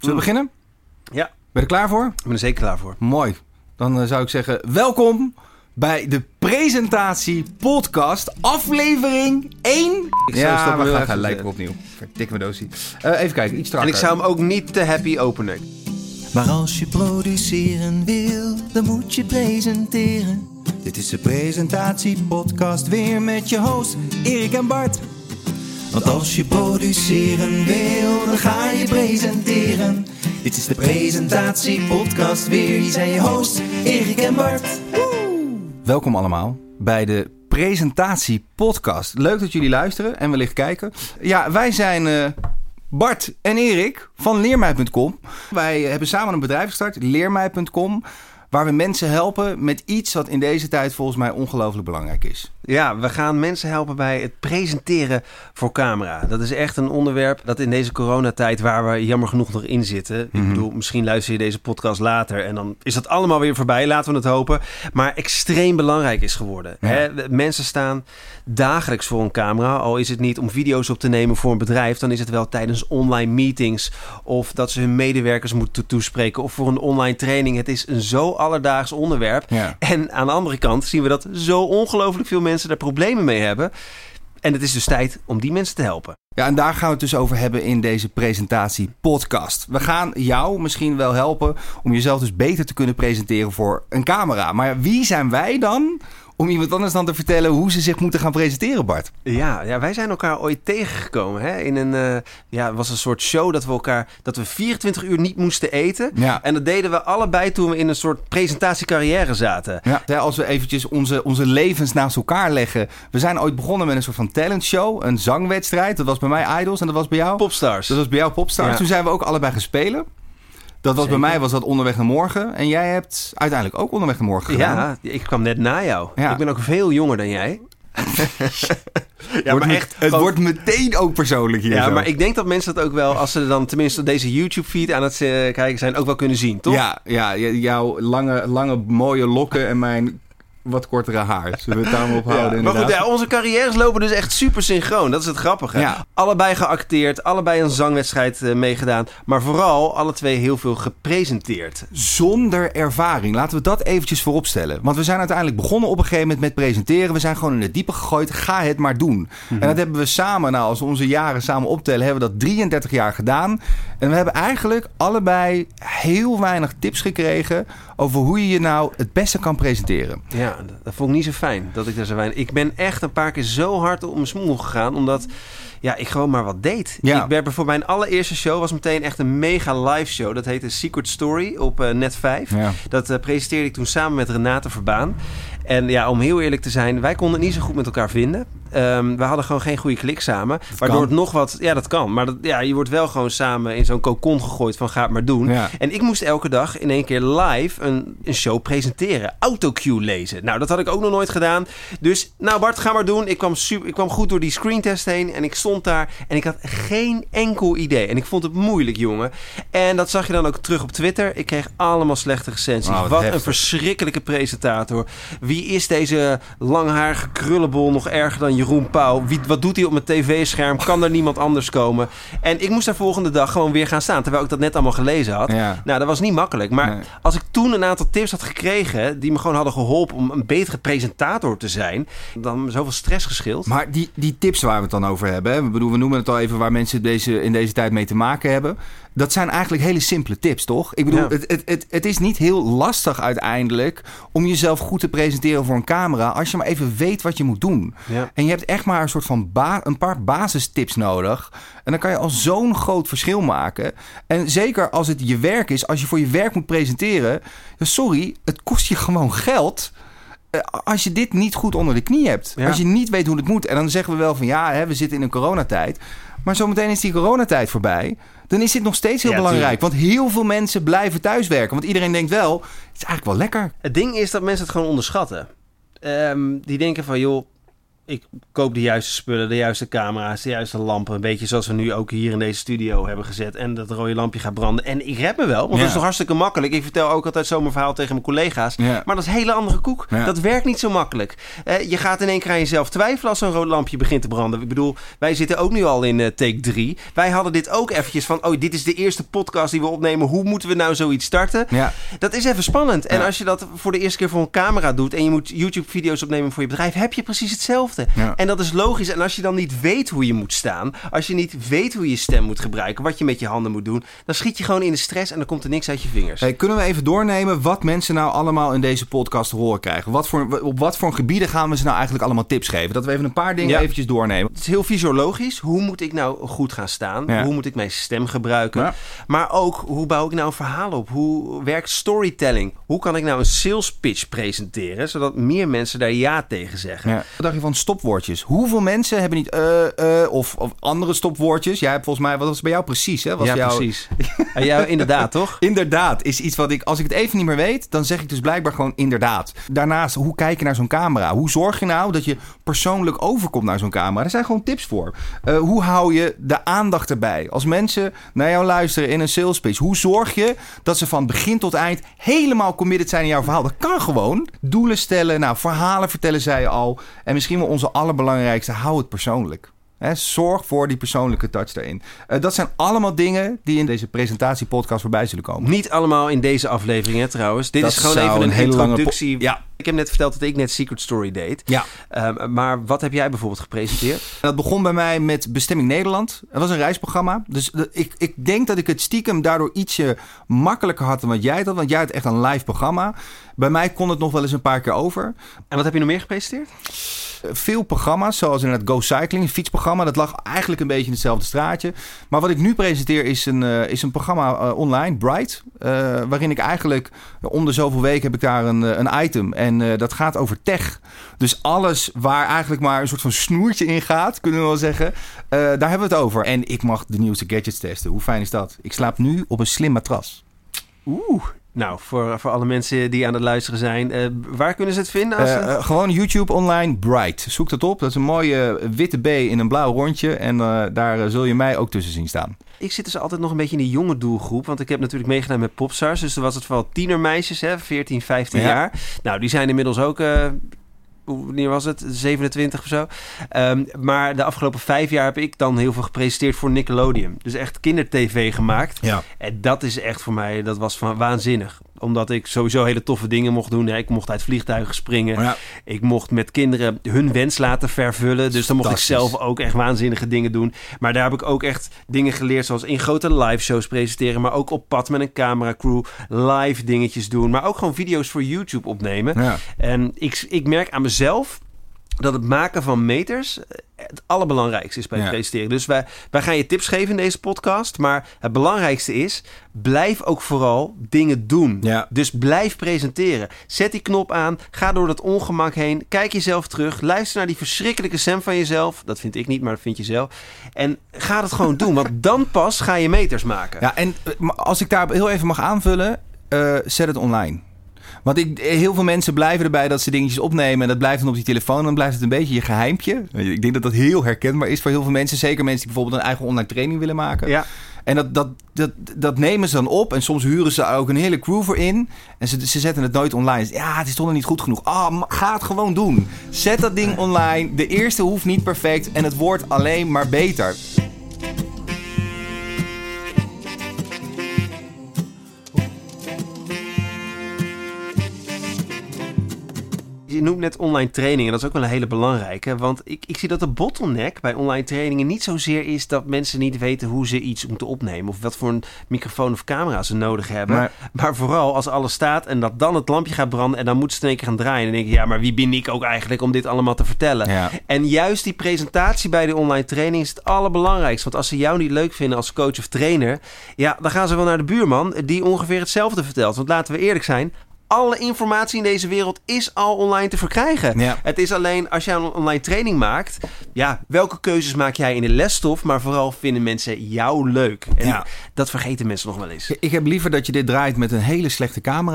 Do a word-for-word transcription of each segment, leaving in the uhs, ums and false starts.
we beginnen? Ja. Ben je er klaar voor? Ik ben er zeker klaar voor. Mooi. Dan uh, zou ik zeggen, welkom bij de presentatie podcast aflevering één. Ik ja, zou we gaan, gaan, gaan lijken we opnieuw. Verdikken we doosie. Uh, even kijken, iets strakker. En ik zou hem ook niet te happy openen. Maar als je produceren wil, dan moet je presenteren. Dit is de presentatiepodcast weer met je host Erik en Bart. Want als je produceren wil, dan ga je presenteren. Dit is de presentatiepodcast weer. Hier zijn je hosts Erik en Bart. Woe! Welkom allemaal bij de presentatiepodcast. Leuk dat jullie luisteren en wellicht kijken. Ja, wij zijn uh, Bart en Erik van leermij punt com. Wij hebben samen een bedrijf gestart, leermij punt com... waar we mensen helpen met iets wat in deze tijd volgens mij ongelooflijk belangrijk is. Ja, we gaan mensen helpen bij het presenteren voor camera. Dat is echt een onderwerp dat in deze coronatijd, waar we jammer genoeg nog in zitten. Mm-hmm. Ik bedoel, misschien luister je deze podcast later en dan is dat allemaal weer voorbij. Laten we het hopen. Maar extreem belangrijk is geworden. Ja. Hè? Mensen staan dagelijks voor een camera. Al is het niet om video's op te nemen voor een bedrijf, dan is het wel tijdens online meetings of dat ze hun medewerkers moeten toespreken of voor een online training. Het is een zo alledaags onderwerp. Ja. En aan de andere kant zien we dat zo ongelooflijk veel mensen daar problemen mee hebben. En het is dus tijd om die mensen te helpen. Ja, en daar gaan we het dus over hebben in deze presentatie-podcast. We gaan jou misschien wel helpen om jezelf dus beter te kunnen presenteren voor een camera. Maar wie zijn wij dan om iemand anders dan te vertellen hoe ze zich moeten gaan presenteren, Bart? Ja, ja wij zijn elkaar ooit tegengekomen. Hè? In een, uh, ja, het was een soort show dat we elkaar, dat we vierentwintig uur niet moesten eten. Ja. En dat deden we allebei toen we in een soort presentatiecarrière zaten. Ja, als we eventjes onze, onze levens naast elkaar leggen. We zijn ooit begonnen met een soort van talentshow, een zangwedstrijd. Dat was bij mij Idols en dat was bij jou? Popstars. Dat was bij jou Popstars. Ja. Toen zijn we ook allebei gaan spelen. Dat was Zeker. Bij mij was dat Onderweg naar Morgen. En jij hebt uiteindelijk ook Onderweg naar Morgen gedaan. Ja, ik kwam net na jou. Ja. Ik ben ook veel jonger dan jij. ja, maar echt, het gewoon... wordt meteen ook persoonlijk hier. Ja, zo. Maar ik denk dat mensen dat ook wel, als ze dan tenminste deze YouTube-feed aan het uh, kijken zijn, ook wel kunnen zien, toch? Ja, ja jouw lange, lange mooie lokken en mijn wat kortere haar. Zullen we het daarom ophouden? Ja, maar goed, ja, onze carrières lopen dus echt super synchroon. Dat is het grappige. Ja. Allebei geacteerd, allebei een zangwedstrijd uh, meegedaan. Maar vooral alle twee heel veel gepresenteerd. Zonder ervaring. Laten we dat eventjes voorop stellen. Want we zijn uiteindelijk begonnen op een gegeven moment met presenteren. We zijn gewoon in het diepe gegooid. Ga het maar doen. Mm-hmm. En dat hebben we samen, nou als we onze jaren samen optellen, hebben we dat drieëndertig jaar gedaan. En we hebben eigenlijk allebei heel weinig tips gekregen over hoe je je nou het beste kan presenteren. Ja, dat vond ik niet zo fijn dat ik daar zo weinig... Ik ben echt een paar keer zo hard op mijn smoel gegaan, omdat ja, ik gewoon maar wat deed. Ja. Ik werd voor mijn allereerste show was meteen echt een mega live show. Dat heette Secret Story op uh, Net vijf. Ja. Dat uh, presenteerde ik toen samen met Renate Verbaan. En ja, om heel eerlijk te zijn, wij konden het niet zo goed met elkaar vinden. Um, we hadden gewoon geen goede klik samen. Dat waardoor kan. het nog wat... Ja, dat kan. Maar dat, ja, je wordt wel gewoon samen in zo'n cocon gegooid van ga het maar doen. Ja. En ik moest elke dag in één keer live een, een show presenteren. Autocue lezen. Nou, dat had ik ook nog nooit gedaan. Dus, nou Bart, ga maar doen. Ik kwam, super, ik kwam goed door die screentest heen. En ik stond daar en ik had geen enkel idee. En ik vond het moeilijk, jongen. En dat zag je dan ook terug op Twitter. Ik kreeg allemaal slechte recensies. Oh, wat wat een verschrikkelijke presentator. Wie is deze langharige krullenbol nog erger dan Jeroen Pauw? Wie, wat doet hij op mijn tv-scherm? Kan er niemand anders komen? En ik moest daar volgende dag gewoon weer gaan staan, terwijl ik dat net allemaal gelezen had. Ja. Nou, dat was niet makkelijk. Maar nee. Als ik toen een aantal tips had gekregen die me gewoon hadden geholpen om een betere presentator te zijn, dan me zoveel stress geschild. Maar die, die tips waar we het dan over hebben, hè? We, bedoel, we noemen het al even waar mensen deze, in deze tijd mee te maken hebben. Dat zijn eigenlijk hele simpele tips, toch? Ik bedoel, ja. het, het, het, het is niet heel lastig uiteindelijk om jezelf goed te presenteren voor een camera als je maar even weet wat je moet doen. Ja. En je hebt echt maar een soort van ba- een paar basistips nodig. En dan kan je al zo'n groot verschil maken. En zeker als het je werk is, als je voor je werk moet presenteren. Ja, sorry, het kost je gewoon geld. Als je dit niet goed onder de knie hebt. Ja. Als je niet weet hoe het moet. En dan zeggen we wel van ja, hè, we zitten in een coronatijd. Maar zometeen is die coronatijd voorbij. Dan is dit nog steeds heel ja, belangrijk. Tuurlijk. Want heel veel mensen blijven thuiswerken. Want iedereen denkt wel, het is eigenlijk wel lekker. Het ding is dat mensen het gewoon onderschatten. Um, die denken van joh, ik koop de juiste spullen, de juiste camera's, de juiste lampen. Een beetje zoals we nu ook hier in deze studio hebben gezet. En dat rode lampje gaat branden. En ik red me wel, want ja. dat is toch hartstikke makkelijk. Ik vertel ook altijd zo mijn verhaal tegen mijn collega's. Ja. Maar dat is een hele andere koek. Ja. Dat werkt niet zo makkelijk. Uh, je gaat in één keer aan jezelf twijfelen als zo'n rood lampje begint te branden. Ik bedoel, wij zitten ook nu al in uh, take drie. Wij hadden dit ook eventjes van, oh, dit is de eerste podcast die we opnemen. Hoe moeten we nou zoiets starten? Ja. Dat is even spannend. En ja. als je dat voor de eerste keer voor een camera doet en je moet YouTube-video's opnemen voor je bedrijf, heb je precies hetzelfde. Ja. En dat is logisch. En als je dan niet weet hoe je moet staan, als je niet weet hoe je stem moet gebruiken, wat je met je handen moet doen, dan schiet je gewoon in de stress en dan komt er niks uit je vingers. Hey, kunnen we even doornemen wat mensen nou allemaal in deze podcast te horen krijgen? Wat voor, op wat voor gebieden gaan we ze nou eigenlijk allemaal tips geven? Dat we even een paar dingen ja. eventjes doornemen. Het is heel fysiologisch. Hoe moet ik nou goed gaan staan? Ja. Hoe moet ik mijn stem gebruiken? Ja. Maar ook, hoe bouw ik nou een verhaal op? Hoe werkt storytelling? Hoe kan ik nou een sales pitch presenteren, zodat meer mensen daar ja tegen zeggen? Ja. Wat dacht je van stopwoordjes? Hoeveel mensen hebben niet uh, uh, of, of andere stopwoordjes? Jij hebt volgens mij, wat was bij jou precies? Hè? Was ja, jou... precies. En jou inderdaad, toch? Inderdaad is iets wat ik, als ik het even niet meer weet, dan zeg ik dus blijkbaar gewoon inderdaad. Daarnaast, hoe kijk je naar zo'n camera? Hoe zorg je nou dat je persoonlijk overkomt naar zo'n camera? Er zijn gewoon tips voor. Uh, hoe hou je de aandacht erbij? Als mensen naar jou luisteren in een sales pitch, hoe zorg je dat ze van begin tot eind helemaal committed zijn in jouw verhaal? Dat kan gewoon. Doelen stellen, nou, verhalen vertellen, zei je al. En misschien wel onze allerbelangrijkste, hou het persoonlijk. He, zorg voor die persoonlijke touch daarin. Uh, dat zijn allemaal dingen die in deze presentatiepodcast voorbij zullen komen. Niet allemaal in deze aflevering, hè, trouwens. Dit dat is gewoon even een, een hele introductie. Po- ja. Ik heb net verteld dat ik net Secret Story deed. Ja. Um, maar wat heb jij bijvoorbeeld gepresenteerd? Dat begon bij mij met Bestemming Nederland. Het was een reisprogramma. Dus de, ik, ik denk dat ik het stiekem daardoor ietsje makkelijker had dan wat jij had. Want jij had echt een live programma. Bij mij kon het nog wel eens een paar keer over. En wat heb je nog meer gepresenteerd? Veel programma's, zoals inderdaad Go Cycling, een fietsprogramma. Dat lag eigenlijk een beetje in hetzelfde straatje. Maar wat ik nu presenteer is een, uh, is een programma uh, online, Bright. Uh, waarin ik eigenlijk, uh, om de zoveel weken heb ik daar een, uh, een item. En uh, dat gaat over tech. Dus alles waar eigenlijk maar een soort van snoertje in gaat, kunnen we wel zeggen. Uh, daar hebben we het over. En ik mag de nieuwste gadgets testen. Hoe fijn is dat? Ik slaap nu op een slim matras. Oeh. Nou, voor, voor alle mensen die aan het luisteren zijn, uh, waar kunnen ze het vinden? Als uh, uh, gewoon YouTube online, Bright. Zoek dat op. Dat is een mooie witte B in een blauw rondje. En uh, daar uh, zul je mij ook tussen zien staan. Ik zit dus altijd nog een beetje in die jonge doelgroep. Want ik heb natuurlijk meegedaan met Popstars. Dus er was het vooral tienermeisjes, hè, veertien, vijftien ja. jaar. Nou, die zijn inmiddels ook... Uh, wanneer was het? zevenentwintig of zo. Um, maar de afgelopen vijf jaar heb ik dan heel veel gepresenteerd voor Nickelodeon. Dus echt kindertv gemaakt. Ja. En dat is echt voor mij, dat was van waanzinnig. Omdat ik sowieso hele toffe dingen mocht doen. Ik mocht uit vliegtuigen springen. Ja. Ik mocht met kinderen hun wens laten vervullen. Dus dan mocht ik zelf ook echt waanzinnige dingen doen. Maar daar heb ik ook echt dingen geleerd. Zoals in grote live shows presenteren. Maar ook op pad met een cameracrew. Live dingetjes doen. Maar ook gewoon video's voor YouTube opnemen. Ja. En ik, ik merk aan mezelf dat het maken van meters het allerbelangrijkste is bij het ja. presenteren. Dus wij, wij gaan je tips geven in deze podcast. Maar het belangrijkste is, blijf ook vooral dingen doen. Ja. Dus blijf presenteren. Zet die knop aan. Ga door dat ongemak heen. Kijk jezelf terug. Luister naar die verschrikkelijke stem van jezelf. Dat vind ik niet, maar dat vind je zelf. En ga het gewoon doen. Want dan pas ga je meters maken. Ja, en als ik daar heel even mag aanvullen, uh, zet het online. Want ik, heel veel mensen blijven erbij dat ze dingetjes opnemen en dat blijft dan op die telefoon. Dan blijft het een beetje je geheimpje. Ik denk dat dat heel herkenbaar is voor heel veel mensen. Zeker mensen die bijvoorbeeld een eigen online training willen maken. Ja. En dat, dat, dat, dat nemen ze dan op. En soms huren ze ook een hele crew voor in. En ze, ze zetten het nooit online. Ja, het is toch nog niet goed genoeg. Ah, ga het gewoon doen. Zet dat ding online. De eerste hoeft niet perfect. En het wordt alleen maar beter. Je noemt net online trainingen. En dat is ook wel een hele belangrijke. Want ik, ik zie dat de bottleneck bij online trainingen niet zozeer is dat mensen niet weten hoe ze iets moeten opnemen. Of wat voor een microfoon of camera ze nodig hebben. Maar, maar vooral als alles staat en dat dan het lampje gaat branden en dan moeten ze in één keer gaan draaien. En dan denk je, ja, maar wie ben ik ook eigenlijk om dit allemaal te vertellen? Ja. En juist die presentatie bij de online training is het allerbelangrijkste. Want als ze jou niet leuk vinden als coach of trainer, ja, dan gaan ze wel naar de buurman die ongeveer hetzelfde vertelt. Want laten we eerlijk zijn, alle informatie in deze wereld is al online te verkrijgen. Ja. Het is alleen als jij een online training maakt, ja, welke keuzes maak jij in de lesstof, maar vooral vinden mensen jou leuk. En ja. dat vergeten mensen nog wel eens. Ik heb liever dat je dit draait met een hele slechte camera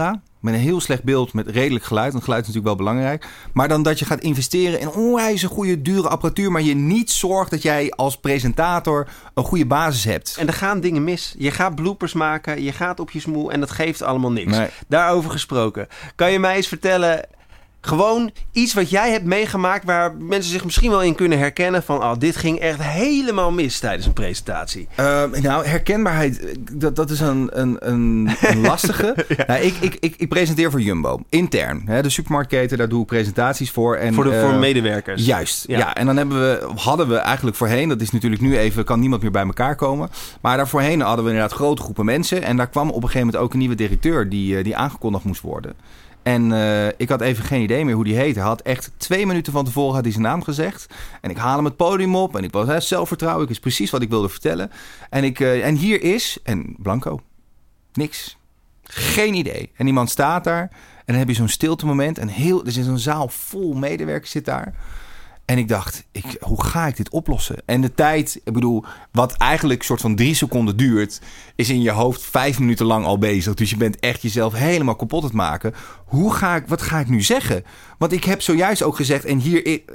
met een heel slecht beeld, met redelijk geluid. Want geluid is natuurlijk wel belangrijk. Maar dan dat je gaat investeren in onwijs een goede, dure apparatuur, maar je niet zorgt dat jij als presentator een goede basis hebt. En er gaan dingen mis. Je gaat bloopers maken, je gaat op je smoel en dat geeft allemaal niks. Nee. Daarover gesproken. Kan je mij eens vertellen, gewoon iets wat jij hebt meegemaakt waar mensen zich misschien wel in kunnen herkennen van, oh, dit ging echt helemaal mis tijdens een presentatie. Uh, nou, herkenbaarheid, dat, dat is een, een, een, een lastige. ja. nou, ik, ik, ik, ik presenteer voor Jumbo, intern. Hè, de supermarktketen, daar doe ik presentaties voor. En, voor de uh, voor medewerkers. Juist, ja. ja. En dan hebben we, hadden we eigenlijk voorheen, dat is natuurlijk nu even, kan niemand meer bij elkaar komen. Maar daar voorheen hadden we inderdaad grote groepen mensen. En daar kwam op een gegeven moment ook een nieuwe directeur die, die aangekondigd moest worden. En uh, ik had even geen idee meer hoe die heette. Hij had echt twee minuten van tevoren had hij zijn naam gezegd. En ik haal hem het podium op. En ik was hè, zelfvertrouwen. Ik is precies wat ik wilde vertellen. En, ik, uh, en hier is... En blanco. Niks. Geen idee. En iemand staat daar. En dan heb je zo'n stilte moment. En heel, er zit zo'n zaal vol medewerkers zit daar. En ik dacht, ik, hoe ga ik dit oplossen? En de tijd, ik bedoel, wat eigenlijk een soort van drie seconden duurt, is in je hoofd vijf minuten lang al bezig. Dus je bent echt jezelf helemaal kapot aan het maken. Hoe ga ik, wat ga ik nu zeggen? Want ik heb zojuist ook gezegd, en hier... Ik,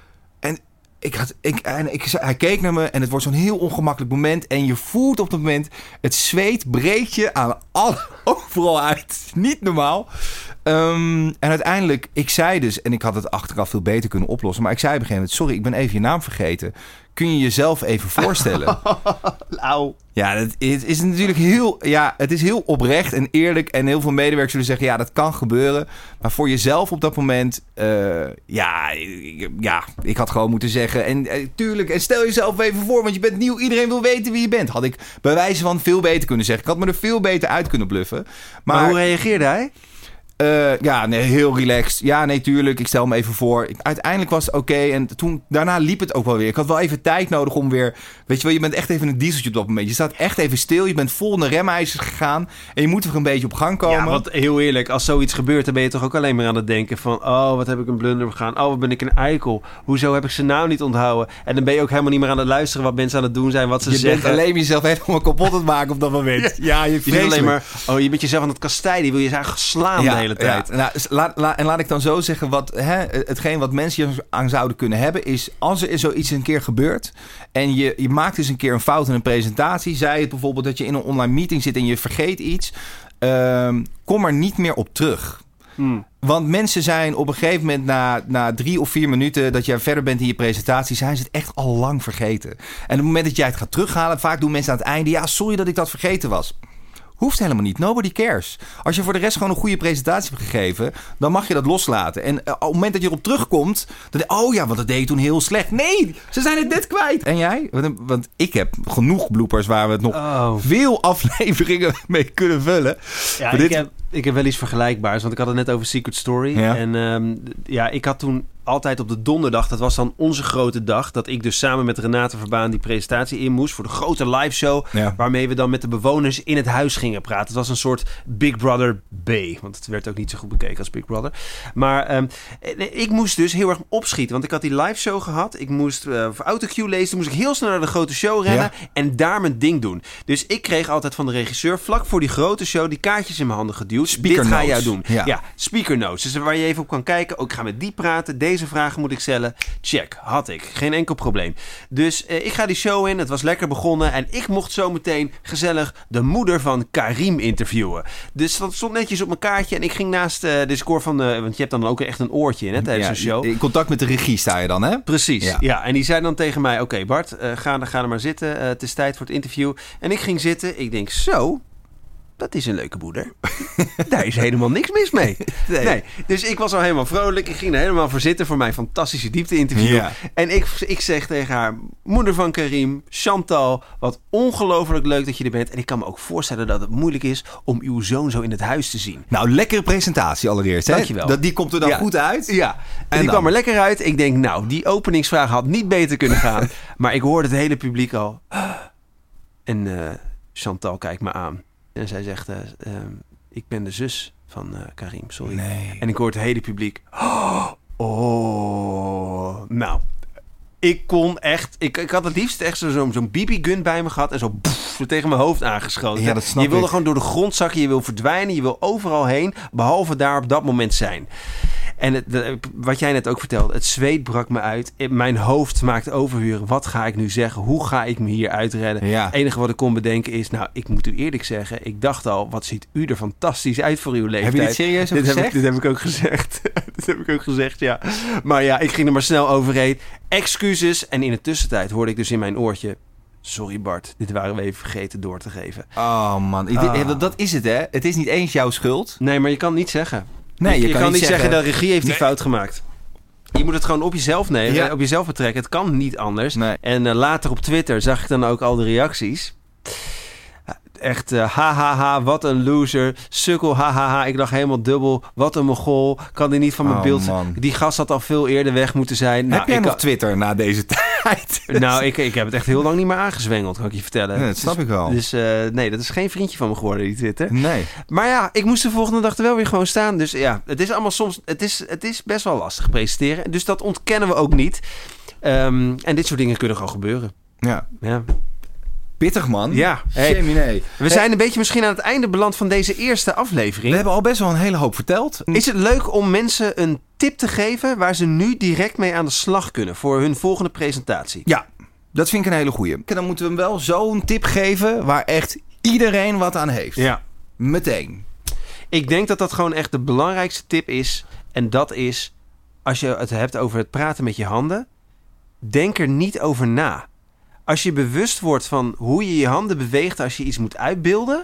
en ik had, ik, en ik, hij keek naar me en het wordt zo'n heel ongemakkelijk moment. En je voelt op dat moment, het zweet breekt je aan alle, overal uit. Niet normaal. Um, en uiteindelijk, ik zei dus, en ik had het achteraf veel beter kunnen oplossen, maar ik zei op een gegeven moment, sorry, ik ben even je naam vergeten. Kun je jezelf even voorstellen? Auw. Ja, het is, is natuurlijk heel, ja, het is heel oprecht en eerlijk. En heel veel medewerkers zullen zeggen, ja, dat kan gebeuren. Maar voor jezelf op dat moment, uh, ja, ja, ik had gewoon moeten zeggen. En uh, tuurlijk, en stel jezelf even voor, want je bent nieuw. Iedereen wil weten wie je bent. Had ik bij wijze van veel beter kunnen zeggen. Ik had me er veel beter uit kunnen bluffen. Maar, maar hoe reageerde hij? Uh, ja, nee, heel relaxed. Ja, nee, tuurlijk. Ik stel me even voor. Ik, uiteindelijk was het oké. Okay. En toen, daarna liep het ook wel weer. Ik had wel even tijd nodig om weer... Weet je wel, je bent echt even een dieseltje op dat moment. Je staat echt even stil. Je bent vol in de remijzers gegaan. En je moet er een beetje op gang komen. Ja, want heel eerlijk. Als zoiets gebeurt, dan ben je toch ook alleen maar aan het denken van... Oh, wat heb ik een blunder begaan. Oh, wat ben ik een eikel. Hoezo heb ik zijn naam niet onthouden? En dan ben je ook helemaal niet meer aan het luisteren wat mensen aan het doen zijn. Wat ze je zeggen. Je bent alleen jezelf helemaal kapot aan het maken op dat moment. Ja, ja je, je bent alleen maar... Oh, je bent jezelf aan het kastijden. Je wil je eigenlijk slaan ja, de hele tijd. Ja, nou, Laat, laat, en laat ik dan zo zeggen, wat, hè, hetgeen wat mensen hier aan zouden kunnen hebben, is als er zoiets een keer gebeurt en je, je maakt dus een keer een fout in een presentatie, zei het bijvoorbeeld dat je in een online meeting zit en je vergeet iets, uh, kom er niet meer op terug. Hmm. Want mensen zijn op een gegeven moment na, na drie of vier minuten dat jij verder bent in je presentatie, zijn ze het echt al lang vergeten. En op het moment dat jij het gaat terughalen, vaak doen mensen aan het einde, ja, sorry dat ik dat vergeten was. Hoeft helemaal niet. Nobody cares. Als je voor de rest gewoon een goede presentatie hebt gegeven, dan mag je dat loslaten. En uh, op het moment dat je erop terugkomt, dan denk je, oh ja, want dat deed je toen heel slecht. Nee, ze zijn het net kwijt. En jij? Want, want ik heb genoeg bloopers waar we het nog oh. veel afleveringen mee kunnen vullen. Ja, dit... ik, heb, ik heb wel iets vergelijkbaars, want ik had het net over Secret Story. Ja. En um, ja, ik had toen altijd op de donderdag, dat was dan onze grote dag, dat ik dus samen met Renate Verbaan die presentatie in moest voor de grote live show, ja. waarmee we dan met de bewoners in het huis gingen praten. Het was een soort Big Brother B, want het werd ook niet zo goed bekeken als Big Brother. Maar um, ik moest dus heel erg opschieten, want ik had die live show gehad. Ik moest uh, voor autocue lezen, toen moest ik heel snel naar de grote show rennen ja. en daar mijn ding doen. Dus ik kreeg altijd van de regisseur vlak voor die grote show die kaartjes in mijn handen geduwd. Speaker Dit ga notes. jij doen. Ja. ja, speaker notes. Dus waar je even op kan kijken. Ook ik ga met die praten. Deze vragen moet ik stellen. Check. Had ik. Geen enkel probleem. Dus eh, ik ga die show in. Het was lekker begonnen. En ik mocht zo meteen gezellig de moeder van Karim interviewen. Dus dat stond netjes op mijn kaartje. En ik ging naast uh, de score van... Uh, want je hebt dan ook echt een oortje in hè, tijdens ja, een show. In contact met de regie sta je dan, hè? Precies. Ja. ja en die zei dan tegen mij... Oké okay, Bart, uh, ga, ga er maar zitten. Uh, het is tijd voor het interview. En ik ging zitten. Ik denk zo... Dat is een leuke moeder. Daar is helemaal niks mis mee. Nee. nee. Dus ik was al helemaal vrolijk. Ik ging er helemaal voor zitten voor mijn fantastische diepte-interview. Ja. En ik, ik zeg tegen haar... Moeder van Karim, Chantal... Wat ongelooflijk leuk dat je er bent. En ik kan me ook voorstellen dat het moeilijk is... om uw zoon zo in het huis te zien. Nou, lekkere presentatie allereerst. Hè? Dankjewel. Dat, die komt er dan ja. goed uit. Ja, en, en die dan? kwam er lekker uit. Ik denk, nou, die openingsvraag had niet beter kunnen gaan. Maar ik hoorde het hele publiek al. En uh, Chantal kijkt me aan. En zij zegt, uh, uh, ik ben de zus van uh, Karim, sorry. Nee. En ik hoor het hele publiek. Oh, oh. Nou, Ik kon echt... Ik, ik had het liefst echt zo'n zo, zo'n B B-gun bij me gehad... en zo, pff, zo tegen mijn hoofd aangeschoten. Ja, dat snap je wilde ik. gewoon door de grond zakken. Je wil verdwijnen. Je wil overal heen. Behalve daar op dat moment zijn. En het, de, wat jij net ook vertelde, het zweet brak me uit. Mijn hoofd maakt overhuren. Wat ga ik nu zeggen? Hoe ga ik me hier uitredden? Ja. Het enige wat ik kon bedenken is... Nou, ik moet u eerlijk zeggen... Ik dacht al, wat ziet u er fantastisch uit voor uw leeftijd. Heb je dit serieus ook dit gezegd? Heb ik, dit heb ik ook gezegd. dit heb ik ook gezegd, ja. Maar ja, ik ging er maar snel overheen. Excuses. En in de tussentijd hoorde ik dus in mijn oortje... Sorry Bart, dit waren we even vergeten door te geven. Oh man, Ah. dat, dat is het hè. Het is niet eens jouw schuld. Nee, maar je kan het niet zeggen. Nee, je, je, je kan, kan niet niet zeggen, zeggen, de regie heeft die Nee. fout gemaakt. Je moet het gewoon op jezelf nemen, Ja. op jezelf betrekken. Het kan niet anders. Nee. En uh, later op Twitter zag ik dan ook al de reacties. Echt, uh, ha, ha, ha, wat een loser. Sukkel, ha, ha, ha. Ik dacht helemaal dubbel. Wat een mogol. Kan die niet van mijn Oh, beeld... man. Die gast had al veel eerder weg moeten zijn. Nou, Heb jij ik nog kan- Twitter na deze tijd? Nou, ik, ik heb het echt heel lang niet meer aangezwengeld, kan ik je vertellen. Ja, dat snap dus, ik wel. Dus uh, nee, dat is geen vriendje van me geworden, die Twitter. Nee. Maar ja, ik moest de volgende dag er wel weer gewoon staan. Dus ja, het is allemaal soms... Het is, het is best wel lastig presenteren. Dus dat ontkennen we ook niet. Um, en dit soort dingen kunnen gewoon gebeuren. Ja. Ja. Pittig man. Ja. Hey, Jemine. we zijn een beetje misschien aan het einde beland van deze eerste aflevering. We hebben al best wel een hele hoop verteld. Is het leuk om mensen een tip te geven... waar ze nu direct mee aan de slag kunnen... voor hun volgende presentatie? Ja, dat vind ik een hele goeie. Dan moeten we hem wel zo'n tip geven... waar echt iedereen wat aan heeft. Ja. Meteen. Ik denk dat dat gewoon echt de belangrijkste tip is. En dat is... als je het hebt over het praten met je handen... denk er niet over na. Als je bewust wordt van hoe je je handen beweegt... als je iets moet uitbeelden...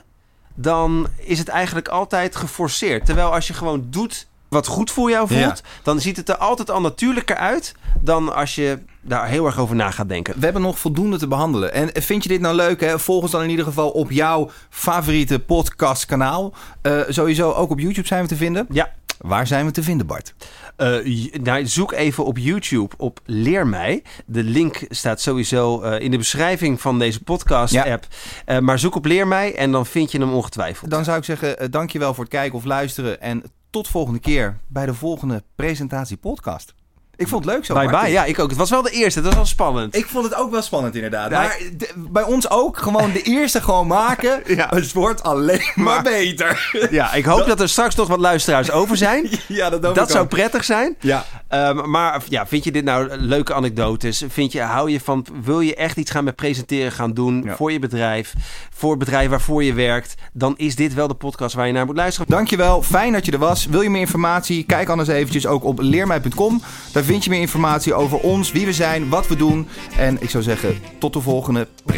dan is het eigenlijk altijd geforceerd. Terwijl als je gewoon doet wat goed voor jou voelt... Ja. dan ziet het er altijd al natuurlijker uit... dan als je daar heel erg over na gaat denken. We hebben nog voldoende te behandelen. En vind je dit nou leuk? Hè? Volg ons dan in ieder geval op jouw favoriete podcastkanaal. Uh, sowieso ook op YouTube zijn we te vinden. Ja. Waar zijn we te vinden, Bart? Uh, nou, zoek even op YouTube op Leer Mij. De link staat sowieso uh, in de beschrijving van deze podcast-app. Ja. Uh, maar zoek op Leer Mij en dan vind je hem ongetwijfeld. Dan zou ik zeggen, uh, dankjewel voor het kijken of luisteren. En tot volgende keer bij de volgende presentatie podcast. Ik vond het leuk zo. Bye Martin. bye. Ja, ik ook. Het was wel de eerste. Het was wel spannend. Ik vond het ook wel spannend inderdaad. Ja, maar de, bij ons ook gewoon de eerste gewoon maken. Ja. Het wordt alleen maar, maar beter. Ja, ik hoop dat... dat er straks nog wat luisteraars over zijn. Ja, dat, dat zou prettig zijn. Ja. Um, maar ja, vind je dit nou leuke anekdotes? Vind je, hou je van, wil je echt iets gaan met presenteren gaan doen ja. voor je bedrijf, voor het bedrijf waarvoor je werkt? Dan is dit wel de podcast waar je naar moet luisteren. Dankjewel, fijn dat je er was. Wil je meer informatie? Kijk anders eventjes ook op leermij punt com. Daar vind je meer informatie over ons, wie we zijn, wat we doen. En ik zou zeggen, tot de volgende